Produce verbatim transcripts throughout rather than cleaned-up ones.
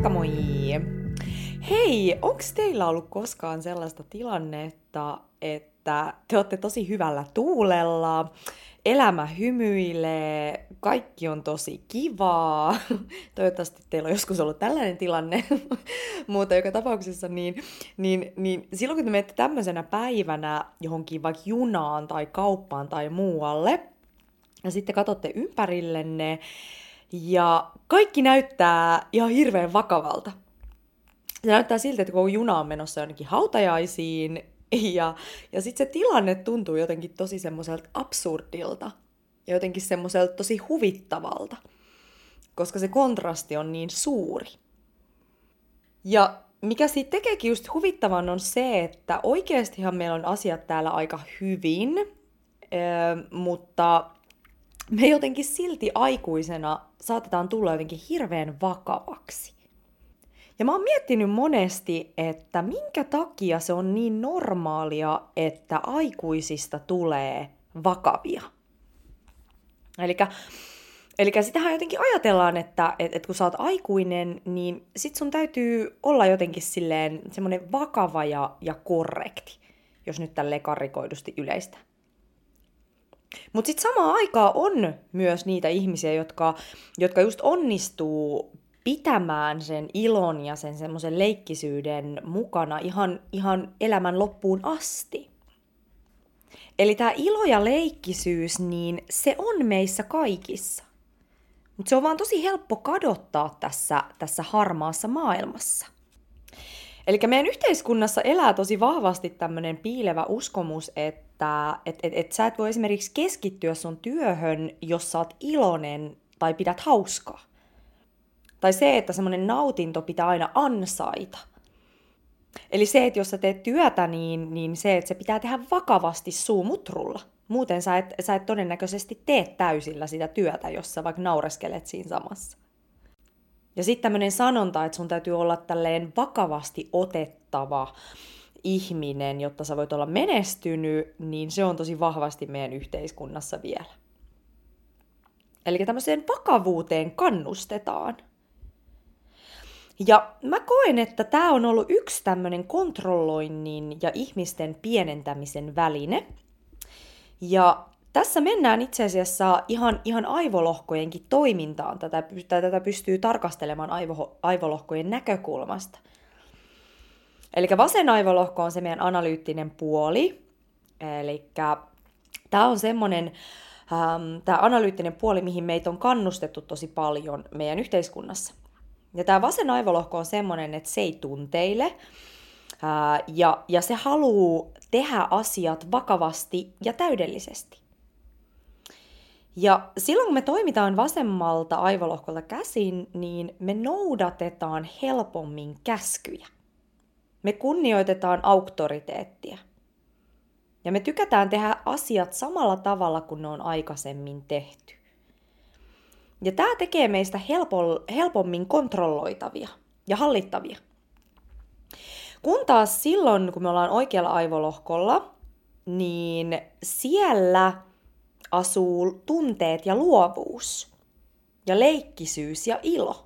Moikka moi! Hei, onks teillä ollut koskaan sellaista tilannetta, että te olette tosi hyvällä tuulella, elämä hymyilee, kaikki on tosi kivaa. Toivottavasti teillä on joskus ollut tällainen tilanne, mutta joka tapauksessa niin, niin, niin silloin kun te menette tämmöisenä päivänä johonkin vaikka junaan tai kauppaan tai muualle, ja sitten katsotte ympärillenne, ja kaikki näyttää ihan hirveän vakavalta. Se näyttää siltä, että kun juna on menossa jonnekin hautajaisiin, ja, ja sitten se tilanne tuntuu jotenkin tosi semmoiselta absurdilta, ja jotenkin semmoiselta tosi huvittavalta, koska se kontrasti on niin suuri. Ja mikä siitä tekeekin just huvittavan on se, että oikeastihan meillä on asiat täällä aika hyvin, mutta me jotenkin silti aikuisena saatetaan tulla jotenkin hirveän vakavaksi. Ja mä oon miettinyt monesti, että minkä takia se on niin normaalia, että aikuisista tulee vakavia. Elikkä, elikkä sitähän jotenkin ajatellaan, että et, et kun sä oot aikuinen, niin sit sun täytyy olla jotenkin silleen semmonen vakava ja, ja korrekti, jos nyt tälleen karrikoidusti yleistä. Mutta sitten samaan aikaan on myös niitä ihmisiä, jotka, jotka just onnistuu pitämään sen ilon ja sen semmoisen leikkisyyden mukana ihan, ihan elämän loppuun asti. Eli tämä ilo ja leikkisyys, niin se on meissä kaikissa. Mutta se on vaan tosi helppo kadottaa tässä, tässä harmaassa maailmassa. Eli meidän yhteiskunnassa elää tosi vahvasti tämmöinen piilevä uskomus, että et, et, et sä et voi esimerkiksi keskittyä sun työhön, jos sä oot iloinen tai pidät hauskaa. Tai se, että semmoinen nautinto pitää aina ansaita. Eli se, että jos sä teet työtä, niin, niin se, että se pitää tehdä vakavasti suumutrulla. Muuten sä et, sä et todennäköisesti tee täysillä sitä työtä, jos sä vaikka naureskelet siinä samassa. Ja sitten tämmöinen sanonta, että sun täytyy olla tälleen vakavasti otettava ihminen, jotta sä voit olla menestynyt, niin se on tosi vahvasti meidän yhteiskunnassa vielä. Eli tämmöiseen vakavuuteen kannustetaan. Ja mä koen, että tää on ollut yksi tämmöinen kontrolloinnin ja ihmisten pienentämisen väline. Ja tässä mennään itse asiassa ihan, ihan aivolohkojenkin toimintaan. Tätä, tätä pystyy tarkastelemaan aivo, aivolohkojen näkökulmasta. Eli vasen aivolohko on se meidän analyyttinen puoli. Eli tämä on semmoinen, ähm, tämä analyyttinen puoli, mihin meitä on kannustettu tosi paljon meidän yhteiskunnassa. Ja tämä vasen aivolohko on semmoinen, että se ei tunteile ää, ja, ja se haluaa tehdä asiat vakavasti ja täydellisesti. Ja silloin kun me toimitaan vasemmalta aivolohkolta käsin, niin me noudatetaan helpommin käskyjä. Me kunnioitetaan auktoriteettia. Ja me tykätään tehdä asiat samalla tavalla kuin ne on aikaisemmin tehty. Ja tämä tekee meistä helpommin kontrolloitavia ja hallittavia. Kun taas silloin, kun me ollaan oikealla aivolohkolla, niin siellä asuu tunteet ja luovuus, ja leikkisyys ja ilo,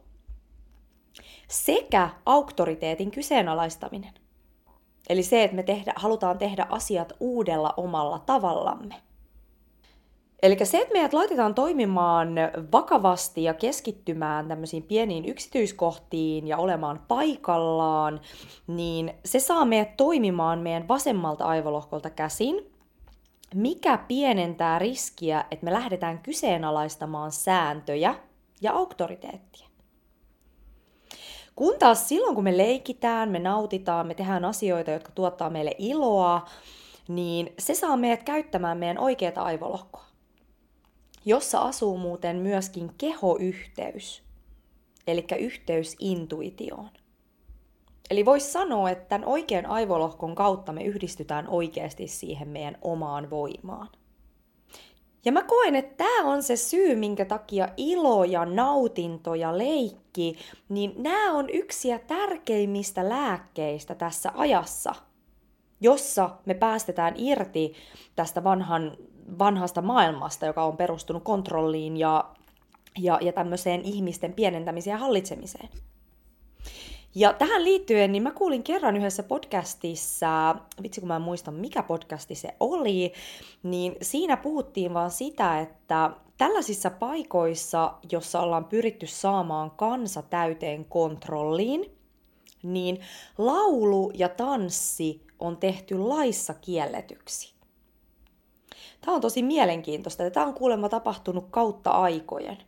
sekä auktoriteetin kyseenalaistaminen. Eli se, että me tehdä, halutaan tehdä asiat uudella omalla tavallamme. Eli se, että meidät laitetaan toimimaan vakavasti ja keskittymään tämmöisiin pieniin yksityiskohtiin ja olemaan paikallaan, niin se saa meidät toimimaan meidän vasemmalta aivolohkolta käsin, mikä pienentää riskiä, että me lähdetään kyseenalaistamaan sääntöjä ja auktoriteettia. Kun taas silloin, kun me leikitään, me nautitaan, me tehdään asioita, jotka tuottaa meille iloa, niin se saa meidät käyttämään meidän oikeata aivolohkoa, jossa asuu muuten myöskin kehoyhteys, eli yhteys intuitioon. Eli voisi sanoa, että tämän oikean aivolohkon kautta me yhdistytään oikeasti siihen meidän omaan voimaan. Ja mä koen, että tämä on se syy, minkä takia ilo ja nautinto ja leikki, niin nämä on yksiä tärkeimmistä lääkkeistä tässä ajassa, jossa me päästetään irti tästä vanhan, vanhasta maailmasta, joka on perustunut kontrolliin ja, ja, ja tämmöiseen ihmisten pienentämiseen ja hallitsemiseen. Ja tähän liittyen, niin mä kuulin kerran yhdessä podcastissa, vitsi kun mä en muista mikä podcasti se oli, niin siinä puhuttiin vaan sitä, että tällaisissa paikoissa, jossa ollaan pyritty saamaan kansa täyteen kontrolliin, niin laulu ja tanssi on tehty laissa kielletyksi. Tämä on tosi mielenkiintoista ja tämä on kuulemma tapahtunut kautta aikojen.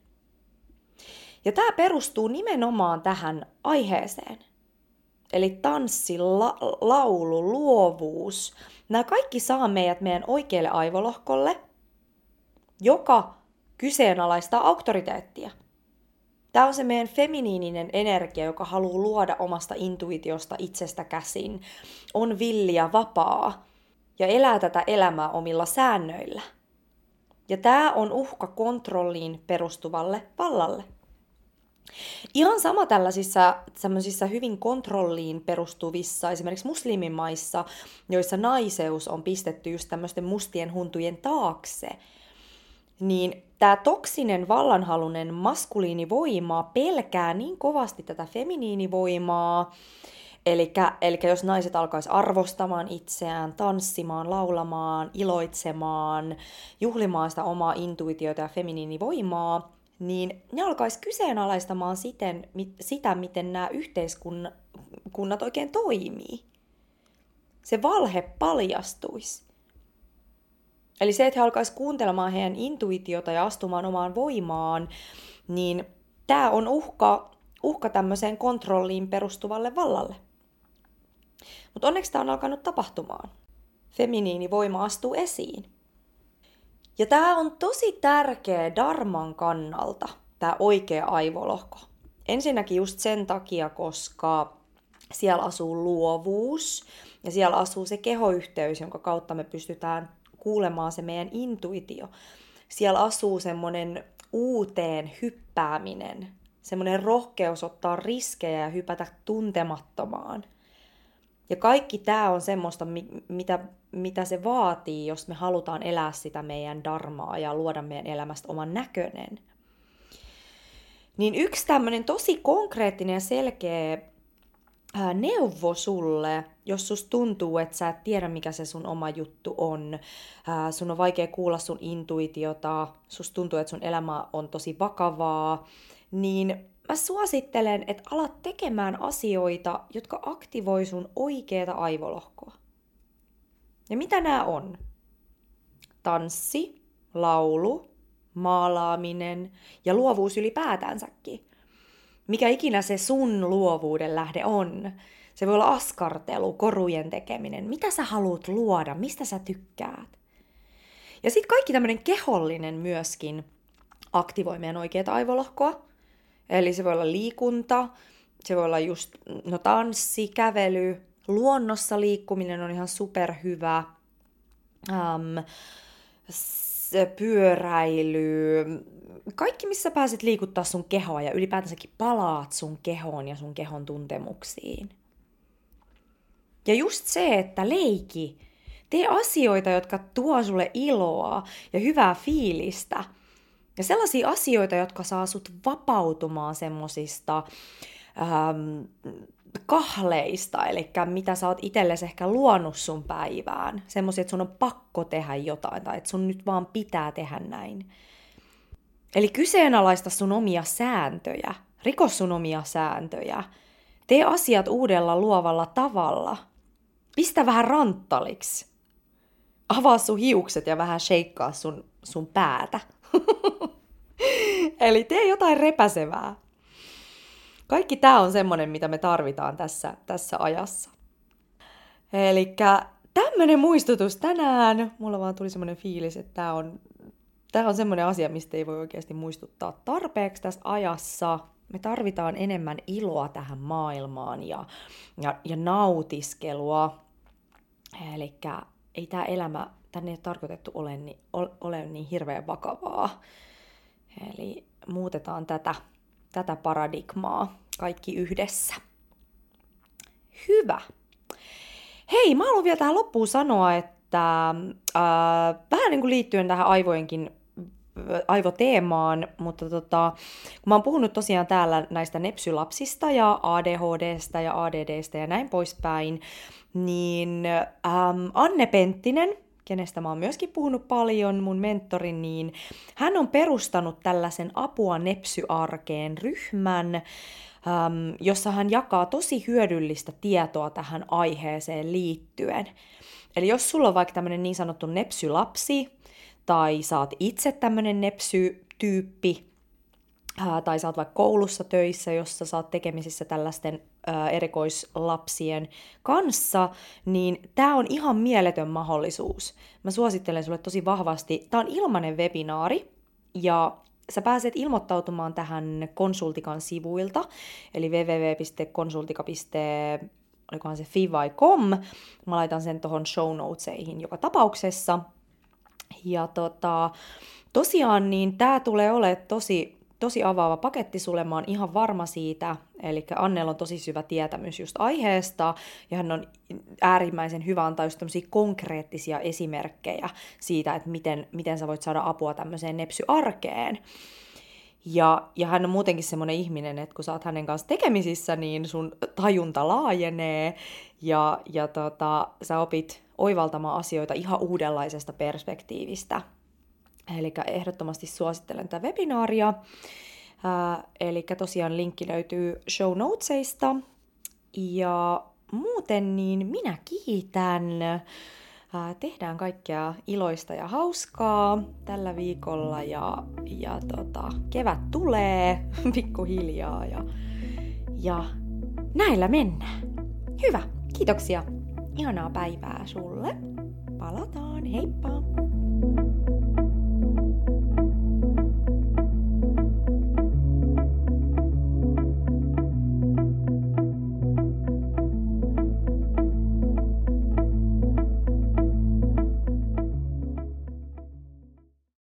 Ja tämä perustuu nimenomaan tähän aiheeseen. Eli tanssi, la- laulu, luovuus. Nämä kaikki saa meidät meidän oikealle aivolohkolle, joka kyseenalaistaa auktoriteettia. Tämä on se meidän feminiininen energia, joka haluaa luoda omasta intuitiosta itsestä käsin, on villi ja vapaa ja elää tätä elämää omilla säännöillä. Ja tämä on uhka kontrolliin perustuvalle vallalle. Ihan sama tällaisissa tämmöisissä hyvin kontrolliin perustuvissa, esimerkiksi muslimimaissa, joissa naiseus on pistetty just tämmöisten mustien huntujen taakse, niin tämä toksinen vallanhalunen maskuliinivoima pelkää niin kovasti tätä feminiinivoimaa, eli jos naiset alkaisi arvostamaan itseään, tanssimaan, laulamaan, iloitsemaan, juhlimaan sitä omaa intuitiota ja feminiinivoimaa, niin ne alkaisi kyseenalaistamaan siten, sitä, miten nämä yhteiskunnat oikein toimii. Se valhe paljastuisi. Eli se, että he alkaisi kuuntelemaan heidän intuitiota ja astumaan omaan voimaan, niin tämä on uhka, uhka tämmöiseen kontrolliin perustuvalle vallalle. Mutta onneksi tämä on alkanut tapahtumaan. Feminiinivoima astuu esiin. Ja tämä on tosi tärkeä dharman kannalta, tämä oikea aivolohko. Ensinnäkin just sen takia, koska siellä asuu luovuus ja siellä asuu se kehoyhteys, jonka kautta me pystytään kuulemaan se meidän intuitio. Siellä asuu semmoinen uuteen hyppääminen, semmoinen rohkeus ottaa riskejä ja hypätä tuntemattomaan. Ja kaikki tämä on semmoista, mitä, mitä se vaatii, jos me halutaan elää sitä meidän dharmaa ja luoda meidän elämästä oman näköinen. Niin yksi tämmöinen tosi konkreettinen ja selkeä ää, neuvo sulle, jos susta tuntuu, että sä et tiedä, mikä se sun oma juttu on, ää, sun on vaikea kuulla sun intuitiota, susta tuntuu, että sun elämä on tosi vakavaa, niin mä suosittelen, että alat tekemään asioita, jotka aktivoi sun oikeata aivolohkoa. Ja mitä nämä on? Tanssi, laulu, maalaaminen ja luovuus ylipäätänsäkin. Mikä ikinä se sun luovuuden lähde on. Se voi olla askartelu, korujen tekeminen. Mitä sä haluat luoda? Mistä sä tykkäät? Ja sitten kaikki tämmöinen kehollinen myöskin aktivoi meidän oikeata aivolohkoa. Eli se voi olla liikunta, se voi olla just no, tanssi, kävely, luonnossa liikkuminen on ihan superhyvä, ähm, pyöräily, kaikki missä pääset liikuttaa sun kehoa ja ylipäätänsäkin palaat sun kehoon ja sun kehon tuntemuksiin. Ja just se, että leiki, tee asioita, jotka tuo sulle iloa ja hyvää fiilistä. Ja sellaisia asioita, jotka saa sut vapautumaan semmosista ähm, kahleista, eli mitä sä oot itsellesi ehkä luonut sun päivään. Semmoisia, että sun on pakko tehdä jotain, tai että sun nyt vaan pitää tehdä näin. Eli kyseenalaista sun omia sääntöjä, riko sun omia sääntöjä. Tee asiat uudella luovalla tavalla. Pistä vähän ranttaliksi. Avaa sun hiukset ja vähän sheikkaa sun, sun päätä. Eli tee jotain repäsevää. Kaikki tää on semmonen, mitä me tarvitaan tässä, tässä ajassa. Elikkä tämmönen muistutus tänään. Mulla vaan tuli semmonen fiilis, että tää on, tää on semmonen asia, mistä ei voi oikeasti muistuttaa tarpeeksi tässä ajassa. Me tarvitaan enemmän iloa tähän maailmaan ja, ja, ja nautiskelua. Elikkä ei tää elämä, tänne ei ole tarkoitettu ole niin, ole niin hirveän vakavaa. Eli muutetaan tätä, tätä paradigmaa kaikki yhdessä. Hyvä. Hei, mä haluan vielä tähän loppuun sanoa, että äh, vähän niin kuin liittyen tähän aivojenkin aivoteemaan, mutta tota, kun mä oon puhunut tosiaan täällä näistä nepsylapsista ja A D H D:stä ja A D D:stä ja näin poispäin, niin äm, Anne Penttinen, kenestä mä oon myöskin puhunut paljon, mun mentori, niin hän on perustanut tällaisen Apua nepsyarkeen ryhmän, äm, jossa hän jakaa tosi hyödyllistä tietoa tähän aiheeseen liittyen. Eli jos sulla on vaikka tämmöinen niin sanottu nepsylapsi, tai sä oot itse tämmöinen nepsytyyppi, ää, tai sä oot vaikka koulussa töissä, jossa sä oot tekemisissä tällaisten ää, erikoislapsien kanssa, niin tää on ihan mieletön mahdollisuus. Mä suosittelen sulle tosi vahvasti. Tää on ilmainen webinaari, ja sä pääset ilmoittautumaan tähän Konsultikan sivuilta, eli double-u double-u double-u piste konsultika piste olikohan se fi vai com. Mä laitan sen tohon show notesihin joka tapauksessa. Ja tota, tosiaan niin tää tulee olemaan tosi, tosi avaava paketti sulle, mä oon ihan varma siitä. Eli Annella on tosi syvä tietämys just aiheesta, ja hän on äärimmäisen hyvä antaa just tämmöisiä konkreettisia esimerkkejä siitä, että miten, miten sä voit saada apua tämmöiseen nepsyarkeen. Ja, ja hän on muutenkin semmoinen ihminen, että kun sä oot hänen kanssa tekemisissä, niin sun tajunta laajenee ja, ja tota, sä opit oivaltamaan asioita ihan uudenlaisesta perspektiivistä. Eli ehdottomasti suosittelen tätä webinaaria. Ää, eli tosiaan linkki löytyy show notesista. Ja muuten niin minä kiitän. Tehdään kaikkea iloista ja hauskaa tällä viikolla ja, ja tota, kevät tulee pikkuhiljaa ja, ja näillä mennään. Hyvä, kiitoksia. Ihanaa päivää sulle. Palataan, heippa!